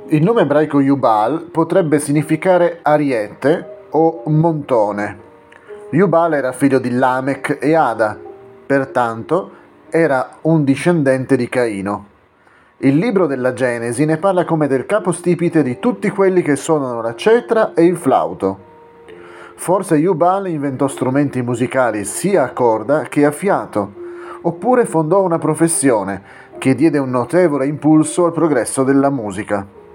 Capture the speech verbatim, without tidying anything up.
Il nome ebraico Yubal potrebbe significare ariete o montone. Yubal era figlio di Lamech e Ada, pertanto era un discendente di Caino. Il libro della Genesi ne parla come del capostipite di tutti quelli che suonano la cetra e il flauto. Forse Yubal inventò strumenti musicali sia a corda che a fiato, oppure fondò una professione che diede un notevole impulso al progresso della musica.